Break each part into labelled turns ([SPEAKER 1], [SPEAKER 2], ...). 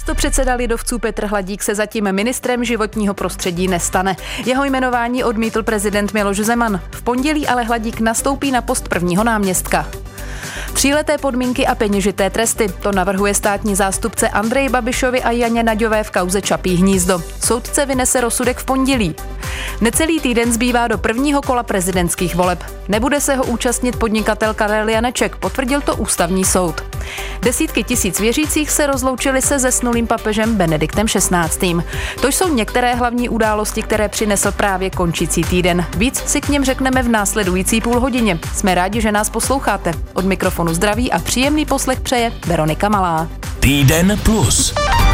[SPEAKER 1] Místopředseda lidovců Petr Hladík se zatím ministrem životního prostředí nestane. Jeho jmenování odmítl prezident Miloš Zeman. V pondělí ale Hladík nastoupí na post prvního náměstka. 3leté podmínky a peněžité tresty. To navrhuje státní zástupce Andreji Babišovi a Janě Naďové v kauze Čapí hnízdo. Soudce vynese rozsudek v pondělí. Necelý týden zbývá do prvního kola prezidentských voleb. Nebude se ho účastnit podnikatel Karel Janeček, potvrdil to ústavní soud. Desítky tisíc věřících se rozloučili se zesnulým papežem Benediktem XVI. To jsou některé hlavní události, které přinesl právě končící týden. Víc si k něm řekneme v následující půlhodině. Jsme rádi, že nás posloucháte. Od mikrofonu zdraví a příjemný poslech přeje Veronika Malá.
[SPEAKER 2] Týden plus.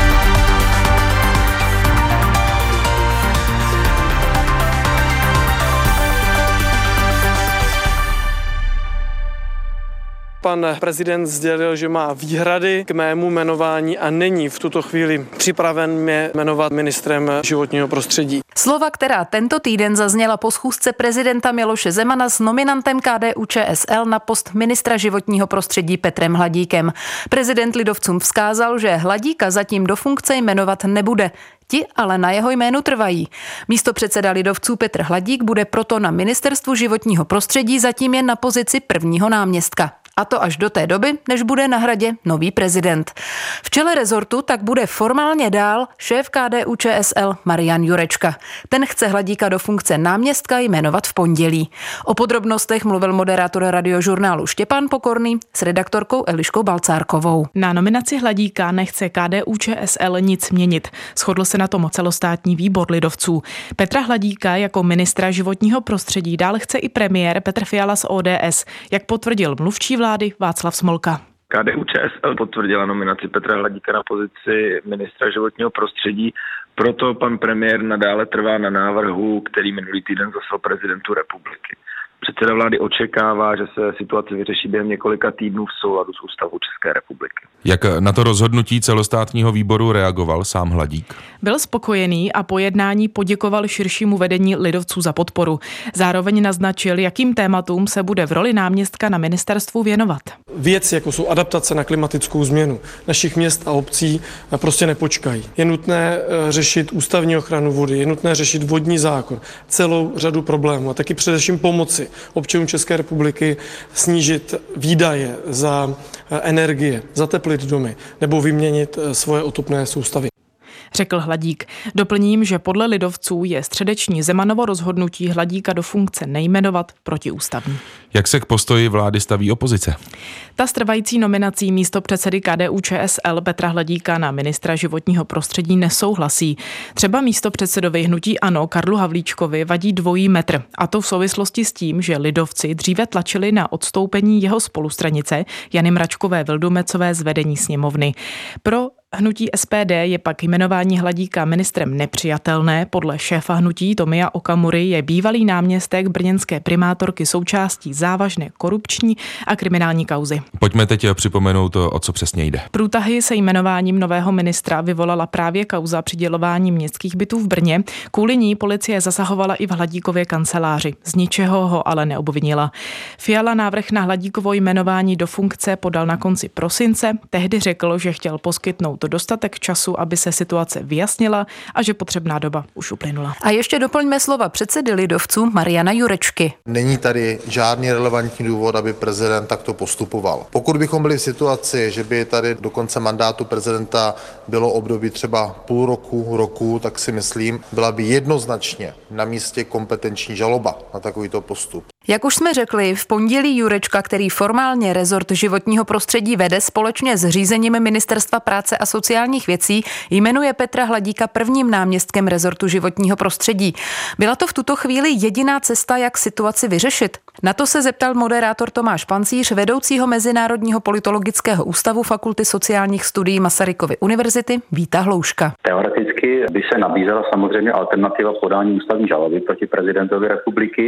[SPEAKER 3] Pan prezident sdělil, že má výhrady k mému jmenování a není v tuto chvíli připraven mě jmenovat ministrem životního prostředí.
[SPEAKER 1] Slova, která tento týden zazněla po schůzce prezidenta Miloše Zemana s nominantem KDU-ČSL na post ministra životního prostředí Petrem Hladíkem. Prezident lidovcům vzkázal, že Hladíka zatím do funkce jmenovat nebude. Ti ale na jeho jménu trvají. Místopředseda lidovců Petr Hladík bude proto na ministerstvu životního prostředí zatím jen na pozici prvního náměstka. A to až do té doby, než bude na hradě nový prezident. V čele rezortu tak bude formálně dál šéf KDU-ČSL Marian Jurečka. Ten chce Hladíka do funkce náměstka jmenovat v pondělí. O podrobnostech mluvil moderátor Radiožurnálu Štěpán Pokorný s redaktorkou Eliškou Balcárkovou.
[SPEAKER 4] Na nominaci Hladíka nechce KDU-ČSL nic měnit. Shodl se na tom celostátní výbor lidovců. Petra Hladíka jako ministra životního prostředí dál chce i premiér Petr Fiala z ODS, jak potvrdil mluvčí vlády Václav Smolka.
[SPEAKER 5] KDU-ČSL potvrdila nominaci Petra Hladíka na pozici ministra životního prostředí, proto pan premiér nadále trvá na návrhu, který minulý týden zaslal prezidentu republiky. Předseda vlády očekává, že se situace vyřeší během několika týdnů v souladu s ústavou České republiky.
[SPEAKER 6] Jak na to rozhodnutí celostátního výboru reagoval sám Hladík?
[SPEAKER 4] Byl spokojený a po jednání poděkoval širšímu vedení lidovců za podporu. Zároveň naznačil, jakým tématům se bude v roli náměstka na ministerstvu věnovat.
[SPEAKER 3] Věci, jako jsou adaptace na klimatickou změnu našich měst a obcí, prostě nepočkají. Je nutné řešit ústavní ochranu vody, je nutné řešit vodní zákon, celou řadu problémů a taky především pomoci občanům České republiky snížit výdaje za energie, zateplit domy nebo vyměnit svoje otopné soustavy.
[SPEAKER 4] Řekl Hladík. Doplním, že podle lidovců je středeční Zemanovo rozhodnutí Hladíka do funkce nejmenovat protiústavní.
[SPEAKER 6] Jak se k postoji vlády staví opozice?
[SPEAKER 4] Ta s trvající nominací místopředsedy KDU-ČSL Petra Hladíka na ministra životního prostředí nesouhlasí. Třeba místopředsedovi hnutí ANO Karlu Havlíčkovi vadí dvojí metr. A to v souvislosti s tím, že lidovci dříve tlačili na odstoupení jeho spolustranice Jany Mračkové Vildumecové z vedení sněmovny. Pro hnutí SPD je pak jmenování Hladíka ministrem nepřijatelné. Podle šéfa hnutí Tomia Okamury je bývalý náměstek brněnské primátorky součástí závažné korupční a kriminální kauzy.
[SPEAKER 6] Pojďme teď připomenout, o co přesně jde.
[SPEAKER 4] Průtahy se jmenováním nového ministra vyvolala právě kauza přidělování městských bytů v Brně. Kvůli ní policie zasahovala i v Hladíkově kanceláři. Z ničeho ho ale neobvinila. Fiala návrh na Hladíkovo jmenování do funkce podal na konci prosince. Tehdy řekl, že chtěl poskytnout dostatek času, aby se situace vyjasnila a že potřebná doba už uplynula.
[SPEAKER 1] A ještě doplňme slova předsedy lidovců Mariana Jurečky.
[SPEAKER 7] Není tady žádný relevantní důvod, aby prezident takto postupoval. Pokud bychom byli v situaci, že by tady do konce mandátu prezidenta bylo období třeba půl roku, tak si myslím, byla by jednoznačně na místě kompetenční žaloba na takovýto postup.
[SPEAKER 1] Jak už jsme řekli, v pondělí Jurečka, který formálně rezort životního prostředí vede společně s řízením Ministerstva práce a sociálních věcí, jmenuje Petra Hladíka prvním náměstkem rezortu životního prostředí. Byla to v tuto chvíli jediná cesta, jak situaci vyřešit? Na to se zeptal moderátor Tomáš Pancíř, vedoucího Mezinárodního politologického ústavu Fakulty sociálních studií Masarykovy univerzity Víta Hlouška.
[SPEAKER 8] Teoreticky by se nabízela samozřejmě alternativa podání ústavní žaloby proti prezidentovi republiky.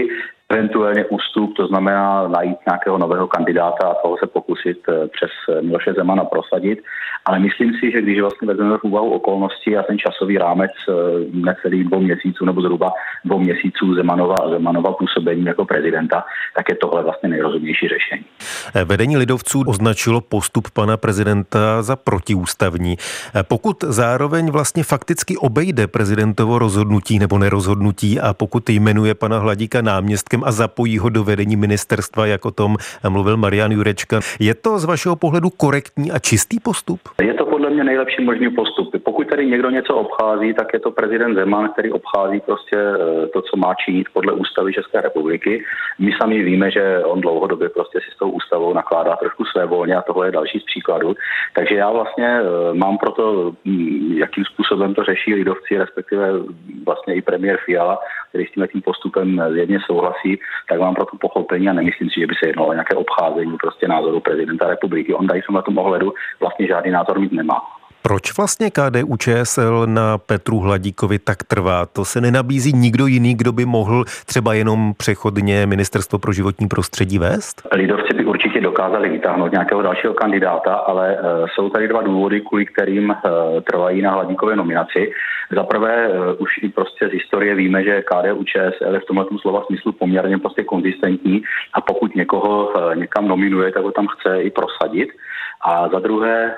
[SPEAKER 2] eventuálně ústup, to znamená najít nějakého nového kandidáta a toho se pokusit přes Miloše Zemana prosadit. Ale myslím si, že když vlastně vezmeme v úvahu okolnosti a ten časový rámec necelých 2 měsíců nebo zhruba 2 měsíců Zemanova působení jako prezidenta, tak je tohle vlastně nejrozumnější řešení.
[SPEAKER 8] Vedení lidovců označilo postup pana prezidenta za protiústavní. Pokud zároveň vlastně fakticky obejde prezidentovo rozhodnutí nebo nerozhodnutí a pokud jmenuje pana Hladíka náměstkem a zapojí ho do vedení ministerstva, jak o tom mluvil Marian Jurečka, je to z vašeho pohledu korektní a čistý postup?
[SPEAKER 2] Je to podle mě nejlepší možný postup. Pokud tady někdo něco obchází, tak je to prezident Zeman, který obchází prostě to, co má činit podle ústavy České republiky. My sami víme, že on dlouhodobě prostě si s tou ústavou nakládá trošku svévolně a tohle je další z příkladů. Takže já vlastně mám proto, jakým způsobem to řeší lidovci, respektive vlastně i premiér Fiala, který s tím postupem zjevně souhlasí, tak mám proto pochopení a nemyslím si, že by se jednalo o nějaké obcházení prostě názoru prezidenta republiky. On tady v tomto ohledu vlastně žádný názor mít nemá.
[SPEAKER 8] Proč vlastně KDU-ČSL na Petru Hladíkovi tak trvá? To se nenabízí nikdo jiný, kdo by mohl třeba jenom přechodně Ministerstvo pro životní prostředí vést?
[SPEAKER 2] Lidovci by určitě dokázali vytáhnout nějakého dalšího kandidáta, ale jsou tady 2 důvody, kvůli kterým trvají na Hladíkově nominaci. Za prvé, už i prostě z historie víme, že KDU-ČSL je v tomto slova smyslu poměrně prostě konzistentní a pokud někoho někam nominuje, tak ho tam chce i prosadit. A za druhé,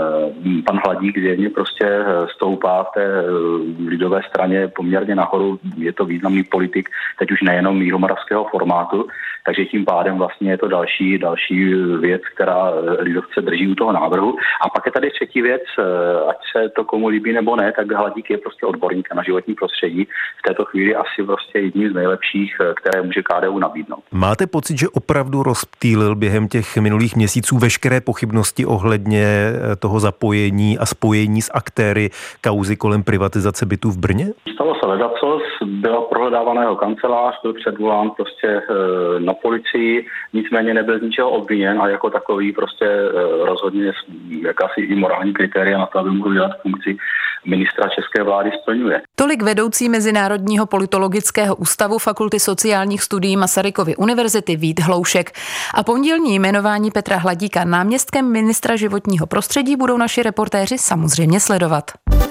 [SPEAKER 2] pan Hladík zjevně prostě stoupá v té lidové straně poměrně nahoru. Je to významný politik, teď už nejenom jihomoravského formátu, takže tím pádem vlastně je to další věc, která lidovce drží u toho návrhu. A pak je tady třetí věc, ať se to komu líbí nebo ne, tak Hladík je prostě odborník na životní prostředí. V této chvíli asi prostě jedním z nejlepších, které může KDU nabídnout.
[SPEAKER 8] Máte pocit, že opravdu rozptýlil během těch minulých měsíců veškeré pochybnosti ohledně toho zapojení a spojení s aktéry kauzy kolem privatizace bytů v Brně?
[SPEAKER 2] Stalo se ledacos, byla prohledávaná jeho kancelář, byl předvolán prostě na policii, nicméně nebyl z ničeho obviněn a jako takový prostě rozhodně jakási i morální kritéria na to, aby mohl dělat funkci ministra české vlády splňuje.
[SPEAKER 1] Tolik vedoucí Mezinárodního politologického ústavu Fakulty sociálních studií Masarykovy univerzity Vít Hloušek. A pondělní jmenování Petra Hladíka náměstkem ministra životního prostředí budou naši reportéři samozřejmě sledovat.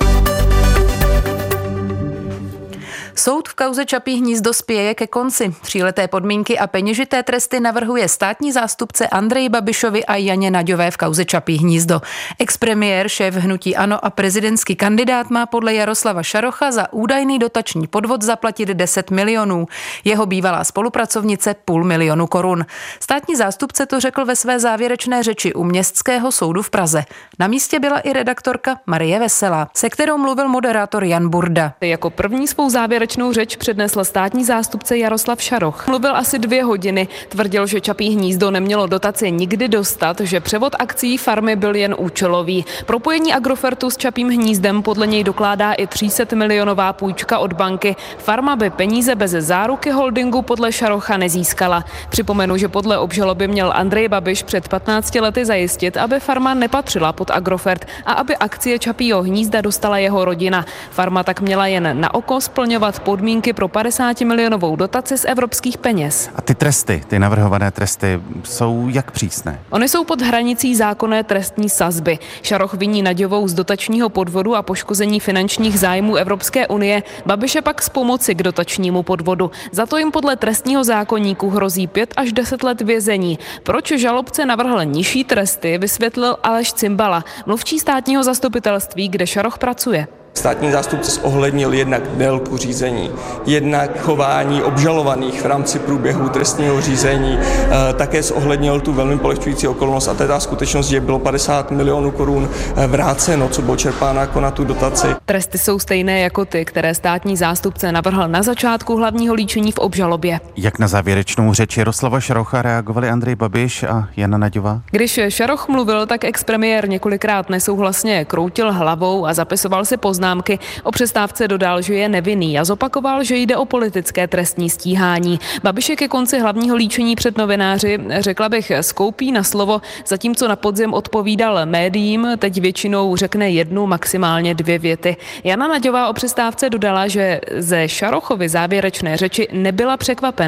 [SPEAKER 1] Soud v kauze Čapí hnízdo spěje ke konci. 3leté podmínky a peněžité tresty navrhuje státní zástupce Andreji Babišovi a Janě Naďové v kauze Čapí hnízdo. Expremiér, šéf hnutí ANO a prezidentský kandidát má podle Jaroslava Šarocha za údajný dotační podvod zaplatit 10 milionů. Jeho bývalá spolupracovnice 500 000 korun. Státní zástupce to řekl ve své závěrečné řeči u Městského soudu v Praze. Na místě byla i redaktorka Marie Veselá, se kterou mluvil moderátor Jan Burda.
[SPEAKER 9] Jako první svou závěrečnou řeč přednesl státní zástupce Jaroslav Šaroch. Mluvil asi 2 hodiny, tvrdil, že Čapí hnízdo nemělo dotaci nikdy dostat, že převod akcií farmy byl jen účelový. Propojení Agrofertu s Čapím hnízdem podle něj dokládá i 300 milionová půjčka od banky. Farma by peníze bez záruky holdingu podle Šarocha nezískala. Připomenu, že podle obžaloby měl Andrej Babiš před 15 lety zajistit, aby farma nepatřila pod Agrofert a aby akcie Čapího hnízda dostala jeho rodina. Farma tak měla jen na oko splňovat podmínky pro 50 milionovou dotaci z evropských peněz.
[SPEAKER 10] A ty navrhované tresty jsou jak přísné?
[SPEAKER 9] Ony jsou pod hranicí zákonné trestní sazby. Šaroch viní Naďovou z dotačního podvodu a poškození finančních zájmů Evropské unie, Babiše pak z pomoci k dotačnímu podvodu. Za to jim podle trestního zákoníku hrozí 5 až 10 let vězení. Proč žalobce navrhl nižší tresty, vysvětlil Aleš Cimbala, mluvčí státního zastupitelství, kde Šaroch pracuje.
[SPEAKER 11] Státní zástupce zohlednil jednak délku řízení, jednak chování obžalovaných v rámci průběhu trestního řízení, také zohlednil tu velmi polehčující okolnost a to je ta skutečnost, že bylo 50 milionů korun vráceno, co bylo čerpáno jako na tu dotaci.
[SPEAKER 9] Tresty jsou stejné jako ty, které státní zástupce navrhl na začátku hlavního líčení v obžalobě.
[SPEAKER 10] Jak na závěrečnou řeč Jaroslava Šarocha reagovali Andrej Babiš a Jana Naďová?
[SPEAKER 9] Když Šaroch mluvil, tak expremiér několikrát nesouhlasně kroutil hlavou a zapisoval si poznámky. O přestávce dodal, že je nevinný a zopakoval, že jde o politické trestní stíhání. Babiš ke konci hlavního líčení před novináři, řekla bych, skoupí na slovo, zatímco na podzim odpovídal médiím, teď většinou řekne 1, maximálně 2 věty. Jana Naďová o přestávce dodala, že ze Šarochovy závěrečné řeči nebyla překvapená.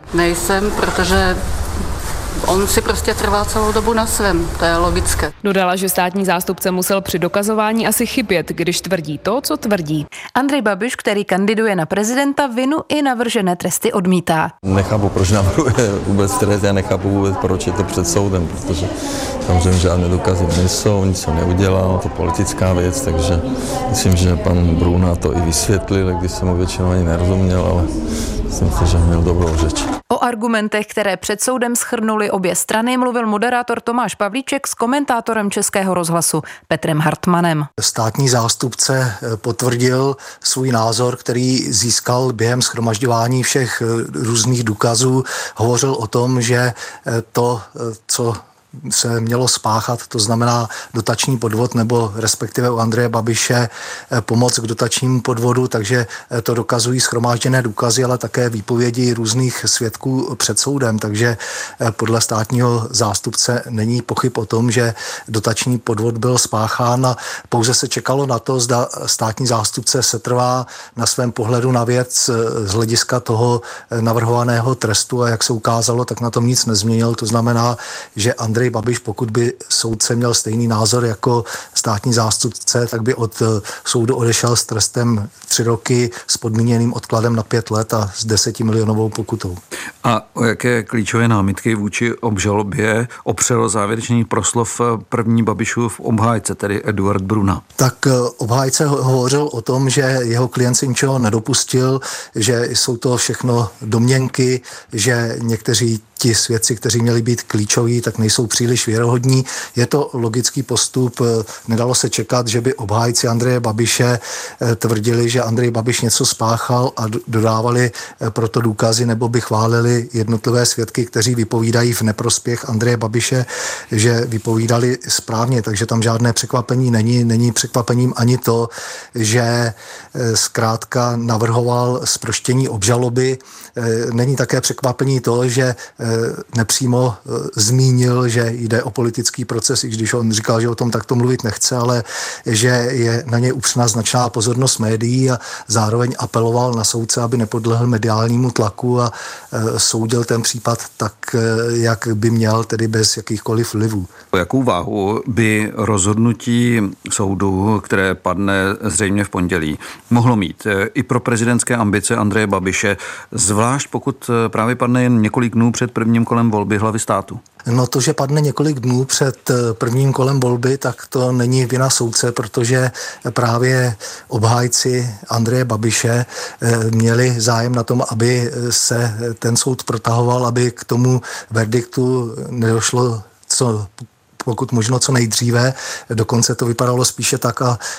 [SPEAKER 12] Nejsem, protože on si prostě trvá celou dobu na svém, to je logické.
[SPEAKER 9] Dodala, že státní zástupce musel při dokazování asi chybět, když tvrdí to, co tvrdí.
[SPEAKER 1] Andrej Babiš, který kandiduje na prezidenta, vinu i navržené tresty odmítá.
[SPEAKER 13] Nechápu, proč navrhuje vůbec trest, já nechápu vůbec, proč je to před soudem, protože samozřejmě žádné důkazy nejsou, nic se neudělal, to je politická věc, takže myslím, že pan Bruna to i vysvětlil, když jsem mu většinou ani nerozuměl, ale myslím si, že měl dobrou řeč.
[SPEAKER 1] O argumentech, které před soudem shrnuli obě strany, mluvil moderátor Tomáš Pavlíček s komentátorem Českého rozhlasu Petrem Hartmanem.
[SPEAKER 14] Státní zástupce potvrdil svůj názor, který získal během shromažďování všech různých důkazů. Hovořil o tom, že to, co se mělo spáchat, to znamená dotační podvod nebo respektive u Andreje Babiše pomoc k dotačnímu podvodu, takže to dokazují shromážděné důkazy, ale také výpovědi různých svědků před soudem, takže podle státního zástupce není pochyb o tom, že dotační podvod byl spáchán a pouze se čekalo na to, zda státní zástupce setrvá na svém pohledu na věc z hlediska toho navrhovaného trestu a jak se ukázalo, tak na tom nic nezměnil, to znamená, že Andrej Babiš, pokud by soudce měl stejný názor jako státní zástupce, tak by od soudu odešel s trestem 3 roky s podmíněným odkladem na 5 let a s 10 milionovou pokutou.
[SPEAKER 15] A o jaké klíčové námitky vůči obžalobě opřel závěrečný proslov první Babišův obhájce, tedy Eduard Bruna?
[SPEAKER 14] Tak obhájce hovořil o tom, že jeho klient si ničeho nedopustil, že jsou to všechno domněnky, že někteří ti svědci, kteří měli být klíčoví, tak nejsou příliš věrohodní. Je to logický postup. Nedalo se čekat, že by obhájci Andreje Babiše tvrdili, že Andrej Babiš něco spáchal a dodávali proto důkazy nebo by chválili jednotlivé svědky, kteří vypovídají v neprospěch Andreje Babiše, že vypovídali správně, takže tam žádné překvapení není. Není překvapením ani to, že zkrátka navrhoval zproštění obžaloby. Není také překvapení to, že nepřímo zmínil, že jde o politický proces, i když on říkal, že o tom takto mluvit nechce, ale že je na něj upřena značná pozornost médií a zároveň apeloval na soudce, aby nepodlehl mediálnímu tlaku a soudil ten případ tak, jak by měl, tedy bez jakýchkoliv vlivů.
[SPEAKER 15] Jakou váhu by rozhodnutí soudu, které padne zřejmě v pondělí, mohlo mít i pro prezidentské ambice Andreje Babiše, zvlášť pokud právě padne jen několik dnů před prvním kolem volby hlavy státu?
[SPEAKER 14] No to, že padne několik dnů před prvním kolem volby, tak to není vina soudce, protože právě obhájci Andreje Babiše měli zájem na tom, aby se ten soud protahoval, aby k tomu verdiktu nedošlo pokud možno co nejdříve. Dokonce to vypadalo spíše tak,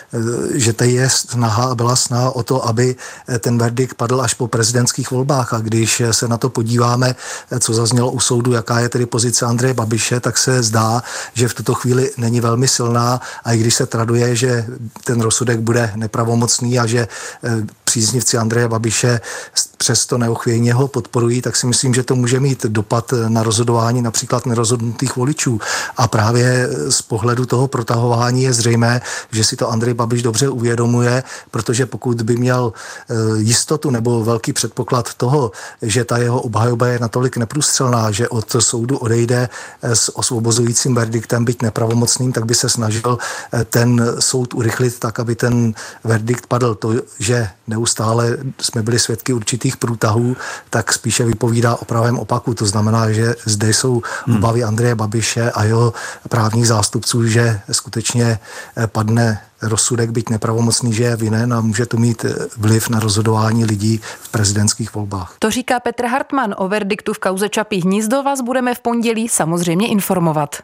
[SPEAKER 14] že tady je snaha, byla snaha o to, aby ten verdikt padl až po prezidentských volbách. A když se na to podíváme, co zaznělo u soudu, jaká je tedy pozice Andreje Babiše, tak se zdá, že v tuto chvíli není velmi silná a i když se traduje, že ten rozsudek bude nepravomocný a že příznivci Andreje Babiše přesto neochvějně ho podporují, tak si myslím, že to může mít dopad na rozhodování například nerozhodnutých voličů. A právě z pohledu toho protahování je zřejmé, že si to Andrej Babiš dobře uvědomuje, protože pokud by měl jistotu nebo velký předpoklad toho, že ta jeho obhajoba je natolik neprůstřelná, že od soudu odejde s osvobozujícím verdiktem, byť nepravomocným, tak by se snažil ten soud urychlit tak, aby ten verdikt padl. To, že neustále jsme byli svědky určitých průtahů, tak spíše vypovídá o pravém opaku. To znamená, že zde jsou obavy Andreje Babiše a jeho právních zástupců, že skutečně padne rozsudek, byť nepravomocný, že je vinen a může to mít vliv na rozhodování lidí v prezidentských volbách.
[SPEAKER 1] To říká Petr Hartman. O verdiktu v kauze Čapí hnízdo vás budeme v pondělí samozřejmě informovat.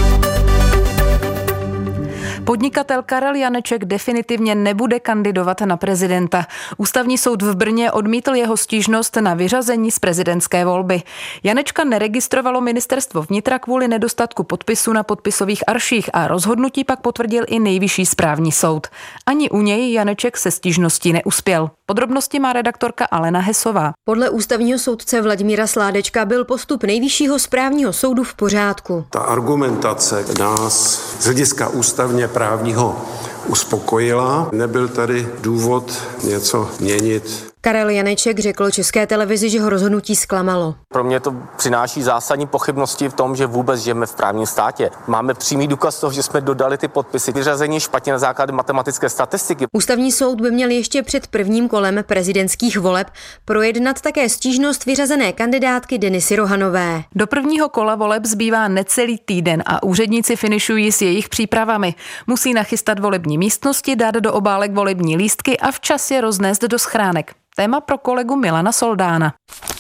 [SPEAKER 1] Podnikatel Karel Janeček definitivně nebude kandidovat na prezidenta. Ústavní soud v Brně odmítl jeho stížnost na vyřazení z prezidentské volby. Janečka neregistrovalo ministerstvo vnitra kvůli nedostatku podpisů na podpisových arších a rozhodnutí pak potvrdil i Nejvyšší správní soud. Ani u něj Janeček se stížností neuspěl. Podrobnosti má redaktorka Alena Hesová.
[SPEAKER 16] Podle ústavního soudce Vladimíra Sládečka byl postup Nejvyššího správního soudu v pořádku.
[SPEAKER 17] Ta argumentace nás z hlediska ústavně právního uspokojila. Nebyl tady důvod něco měnit.
[SPEAKER 16] Karel Janeček řekl České televizi, že ho rozhodnutí zklamalo.
[SPEAKER 18] Pro mě to přináší zásadní pochybnosti v tom, že vůbec žijeme v právním státě. Máme přímý důkaz toho, že jsme dodali ty podpisy. Vyřazení špatně na základě matematické statistiky.
[SPEAKER 16] Ústavní soud by měl ještě před prvním kolem prezidentských voleb projednat také stížnost vyřazené kandidátky Denisy Rohanové.
[SPEAKER 1] Do prvního kola voleb zbývá necelý týden a úředníci finišují s jejich přípravami. Musí nachystat volební místnosti, dát do obálek volební lístky a včas je roznést do schránek. Téma pro kolegu Milana Soldána.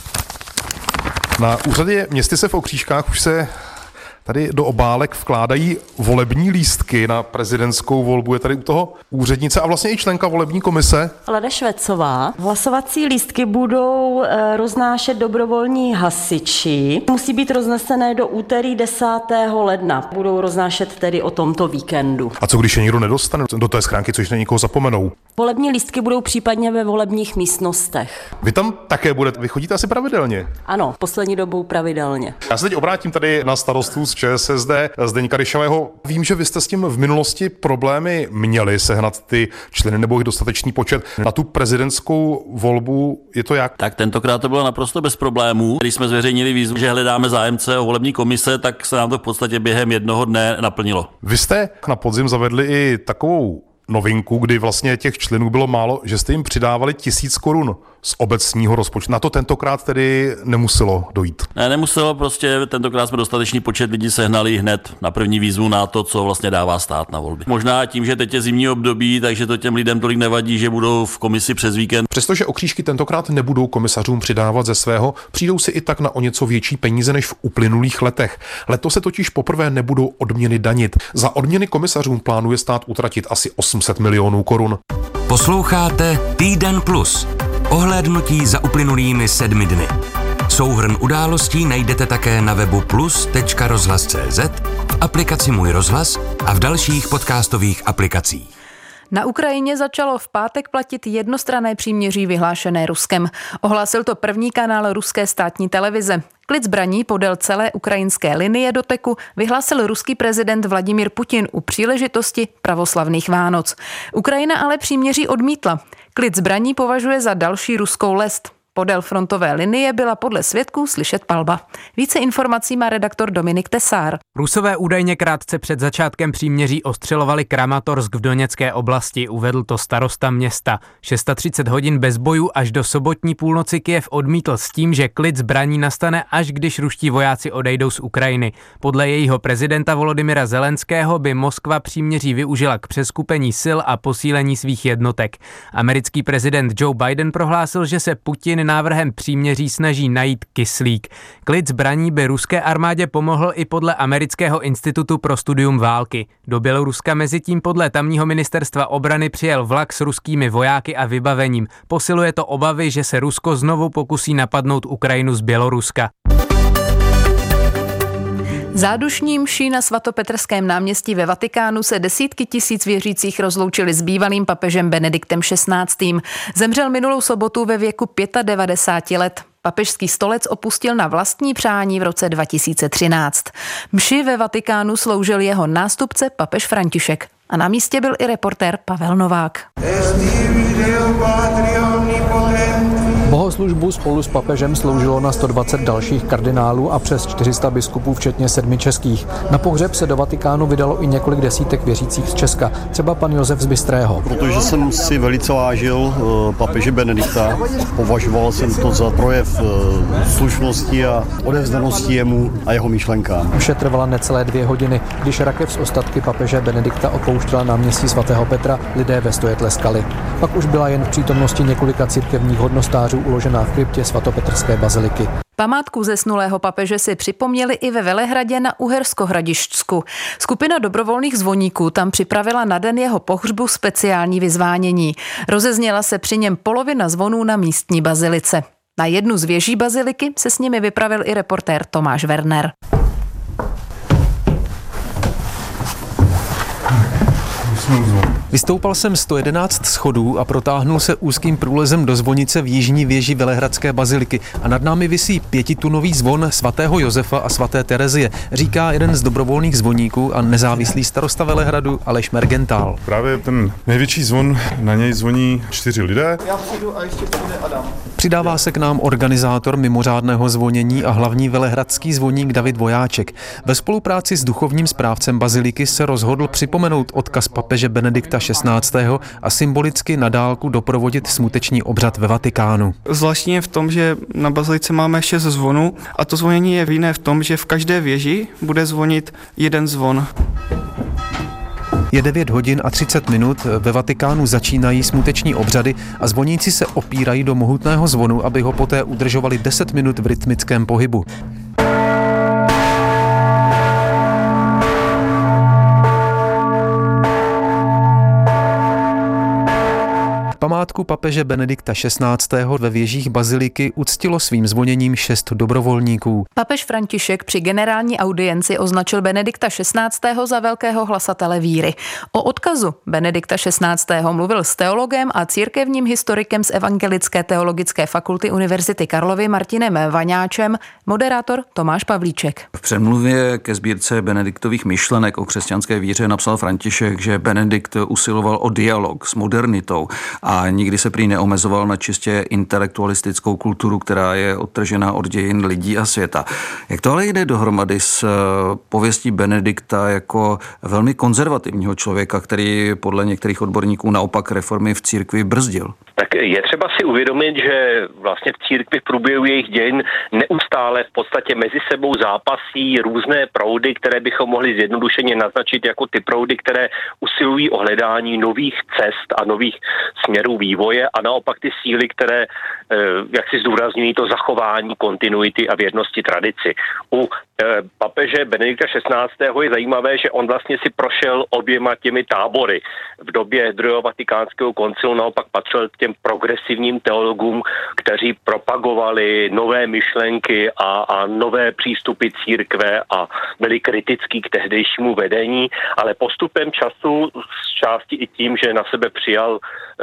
[SPEAKER 19] Na úřadě městy se v Okřížkách už se tady do obálek vkládají volební lístky na prezidentskou volbu. Je tady u toho úřednice a vlastně i členka volební komise.
[SPEAKER 20] Lada Švecová. Hlasovací lístky budou roznášet dobrovolní hasiči. Musí být roznesené do úterý 10. ledna. Budou roznášet tedy o tomto víkendu.
[SPEAKER 19] A co když je někdo nedostane do té schránky, což na někoho zapomenou?
[SPEAKER 20] Volební lístky budou případně ve volebních místnostech.
[SPEAKER 19] Vy tam také budete, vy chodíte asi pravidelně?
[SPEAKER 20] Ano, poslední dobou pravidelně.
[SPEAKER 19] Já se teď obrátím tady na starostu z ČSSD, Zdeňka Ryšavého. Vím, že vy jste s tím v minulosti problémy měli sehnat ty členy nebo jich dostatečný počet. Na tu prezidentskou volbu je to jak?
[SPEAKER 21] Tak tentokrát to bylo naprosto bez problémů. Když jsme zveřejnili výzvu, že hledáme zájemce o volební komise, tak se nám to v podstatě během jednoho dne naplnilo.
[SPEAKER 19] Vy jste na podzim zavedli i takovou novinku, kdy vlastně těch členů bylo málo, že jste jim přidávali 1000 korun z obecního rozpočtu. Na to tentokrát tedy nemuselo dojít.
[SPEAKER 21] Ne, nemuselo, prostě tentokrát jsme dostatečný počet lidí sehnali hned na první výzvu na to, co vlastně dává stát na volby. Možná tím, že teď je zimní období, takže to těm lidem tolik nevadí, že budou v komisi přes víkend.
[SPEAKER 19] Přestože Okřížky tentokrát nebudou komisařům přidávat ze svého, přijdou si i tak na o něco větší peníze než v uplynulých letech. Letos se totiž poprvé nebudou odměny danit. Za odměny komisařům plánuje stát utratit asi 800 milionů korun.
[SPEAKER 22] Posloucháte Týden plus. Ohlédnutí za uplynulými 7 dny. Souhrn událostí najdete také na webu plus.rozhlas.cz, v aplikaci Můj rozhlas a v dalších podcastových aplikacích.
[SPEAKER 1] Na Ukrajině začalo v pátek platit jednostranné příměří vyhlášené Ruskem. Ohlásil to první kanál ruské státní televize. Klid zbraní podél celé ukrajinské linie doteku vyhlásil ruský prezident Vladimír Putin u příležitosti pravoslavných Vánoc. Ukrajina ale příměří odmítla. Klid zbraní považuje za další ruskou lest. Podél frontové linie byla podle svědků slyšet palba. Více informací má redaktor Dominik Tesár.
[SPEAKER 23] Rusové údajně krátce před začátkem příměří ostřelovali Kramatorsk v Doněcké oblasti, uvedl to starosta města. 630 hodin bez bojů až do sobotní půlnoci Kyjev odmítl s tím, že klid zbraní nastane, až když ruští vojáci odejdou z Ukrajiny. Podle jejího prezidenta Volodymyra Zelenského by Moskva příměří využila k přeskupení sil a posílení svých jednotek. Americký prezident Joe Biden prohlásil, že se Putin návrhem příměří snaží najít kyslík. Klid zbraní by ruské armádě pomohl i podle Amerického institutu pro studium války. Do Běloruska mezitím podle tamního ministerstva obrany přijel vlak s ruskými vojáky a vybavením. Posiluje to obavy, že se Rusko znovu pokusí napadnout Ukrajinu z Běloruska.
[SPEAKER 1] Zádušní mší na svatopetrském náměstí ve Vatikánu se desítky tisíc věřících rozloučili s bývalým papežem Benediktem XVI. Zemřel minulou sobotu ve věku 95 let. Papežský stolec opustil na vlastní přání v roce 2013. Mši ve Vatikánu sloužil jeho nástupce papež František. A na místě byl i reportér Pavel Novák.
[SPEAKER 24] Bohoslužbu spolu s papežem sloužilo na 120 dalších kardinálů a přes 400 biskupů, včetně 7 českých. Na pohřeb se do Vatikánu vydalo i několik desítek věřících z Česka, třeba pan Josef z Bystrého.
[SPEAKER 25] Protože jsem si velice vážil papeže Benedikta, považoval jsem to za projev slušnosti a odevzdanosti jemu a jeho myšlenkám.
[SPEAKER 24] Vše trvala necelé 2 hodiny. Když rakev z ostatky papeže Benedikta opouštěla náměstí svatého Petra, lidé ve stoje tleskali. Pak už byla jen v přítomnosti několika církevních hodnostářů uložená v kryptě svatopetrské baziliky.
[SPEAKER 1] Památku zesnulého papeže si připomněli i ve Velehradě na Uhersko-Hradišťsku. Skupina dobrovolných zvoníků tam připravila na den jeho pohřbu speciální vyzvánění. Rozezněla se při něm polovina zvonů na místní bazilice. Na jednu z věží baziliky se s nimi vypravil i reportér Tomáš Werner.
[SPEAKER 24] Vystoupal jsem 111 schodů a protáhnul se úzkým průlezem do zvonice v jižní věži Velehradské baziliky a nad námi visí 5tunový zvon svatého Josefa a svaté Terezie, říká jeden z dobrovolných zvoníků a nezávislý starosta Velehradu Aleš Mergentál.
[SPEAKER 3] Právě ten největší zvon, na něj zvoní 4 lidé.
[SPEAKER 4] Já přijdu a ještě přijde Adam.
[SPEAKER 24] Přidává se k nám organizátor mimořádného zvonění a hlavní velehradský zvoník David Vojáček. Ve spolupráci s duchovním správcem baziliky se rozhodl připomenout odkaz papeže Benedikta XVI. A symbolicky na dálku doprovodit smuteční obřad ve Vatikánu.
[SPEAKER 4] Zvláštní je v tom, že na bazilice máme 6 zvonů a to zvonění je jiné v tom, že v každé věži bude zvonit jeden zvon.
[SPEAKER 24] Je 9 hodin a 30 minut, ve Vatikánu začínají smuteční obřady a zvoníci se opírají do mohutného zvonu, aby ho poté udržovali 10 minut v rytmickém pohybu. Památku papeže Benedikta XVI. Ve věžích baziliky uctilo svým zvoněním 6 dobrovolníků.
[SPEAKER 1] Papež František při generální audienci označil Benedikta XVI. Za velkého hlasatele víry. O odkazu Benedikta XVI. Mluvil s teologem a církevním historikem z Evangelické teologické fakulty Univerzity Karlovy Martinem Vaňáčem, moderátor Tomáš Pavlíček.
[SPEAKER 15] V předmluvě ke sbírce Benediktových myšlenek o křesťanské víře napsal František, že Benedikt usiloval o dialog s modernitou a nikdy se prý neomezoval na čistě intelektualistickou kulturu, která je odtržená od dějin lidí a světa. Jak to ale jde dohromady s pověstí Benedikta jako velmi konzervativního člověka, který podle některých odborníků naopak reformy v církvi brzdil?
[SPEAKER 5] Tak je třeba si uvědomit, že vlastně v církvi v průběhu jejich dějin neustále v podstatě mezi sebou zápasí různé proudy, které bychom mohli zjednodušeně naznačit jako ty proudy, které usilují o hledání nových cest a nových směrů vývoje a naopak ty síly, které jak si zdůrazňují to zachování kontinuity a věrnosti tradici. U papeže Benedikta XVI. Je zajímavé, že on vlastně si prošel oběma těmi tábory. V době druhého vatikánského koncilu naopak patřil k těm progresivním teologům, kteří propagovali nové myšlenky a nové přístupy církve a byli kritický k tehdejšímu vedení, ale postupem času, z části i tím, že na sebe přijal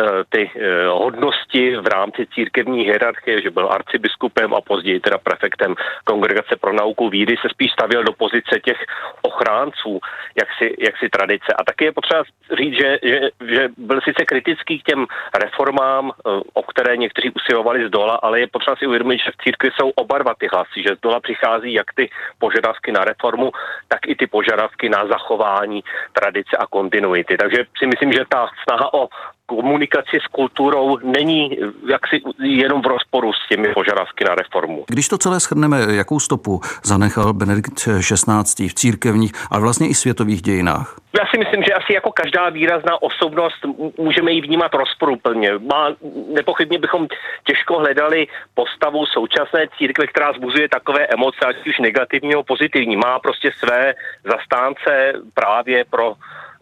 [SPEAKER 5] ty hodnosti v rámci církevní hierarchie, že byl arcibiskupem a později teda prefektem Kongregace pro nauku víry, se spíš stavěl do pozice těch ochránců jaksi tradice. A taky je potřeba říct, že byl sice kritický k těm reformám, o které někteří usilovali z dola, ale je potřeba si uvědomit, že v církvi jsou oba dva ty hlasy, že z dola přichází jak ty požadavky na reformu, tak i ty požadavky na zachování tradice a kontinuity. Takže si myslím, že ta snaha o komunikaci s kulturou není jaksi jenom v rozporu s těmi požadavky na reformu.
[SPEAKER 15] Když to celé shrneme, jakou stopu zanechal Benedikt XVI. V církevních, ale vlastně i světových dějinách?
[SPEAKER 5] Já si myslím, že asi jako každá výrazná osobnost můžeme ji vnímat rozporuplně. Nepochybně bychom těžko hledali postavu současné církve, která vzbuzuje takové emoce, ať už negativní nebo pozitivní. Má prostě své zastánce právě pro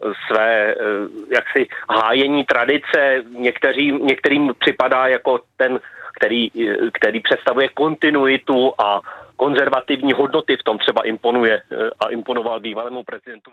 [SPEAKER 5] své jaksi hájení tradice. Některým připadá jako ten, který představuje kontinuitu a konzervativní hodnoty v tom třeba imponuje a imponoval bývalému prezidentu.